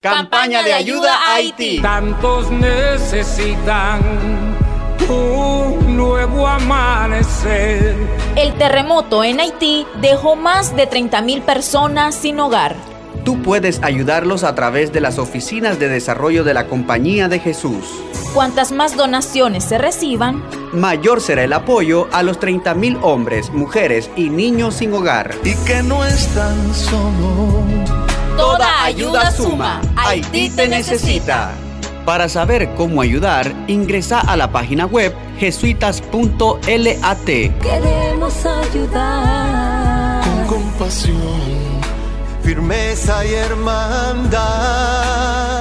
Campaña de ayuda a Haití. Tantos necesitan un nuevo amanecer. El terremoto en Haití dejó más de 30,000 personas sin hogar. Tú puedes ayudarlos a través de las oficinas de desarrollo de la Compañía de Jesús. Cuantas más donaciones se reciban, mayor será el apoyo a los 30,000 hombres, mujeres y niños sin hogar. Y que no están solos. Toda ayuda suma. Haití te necesita. Para saber cómo ayudar, ingresa a la página web jesuitas.lat. Queremos ayudar con compasión, firmeza y hermandad.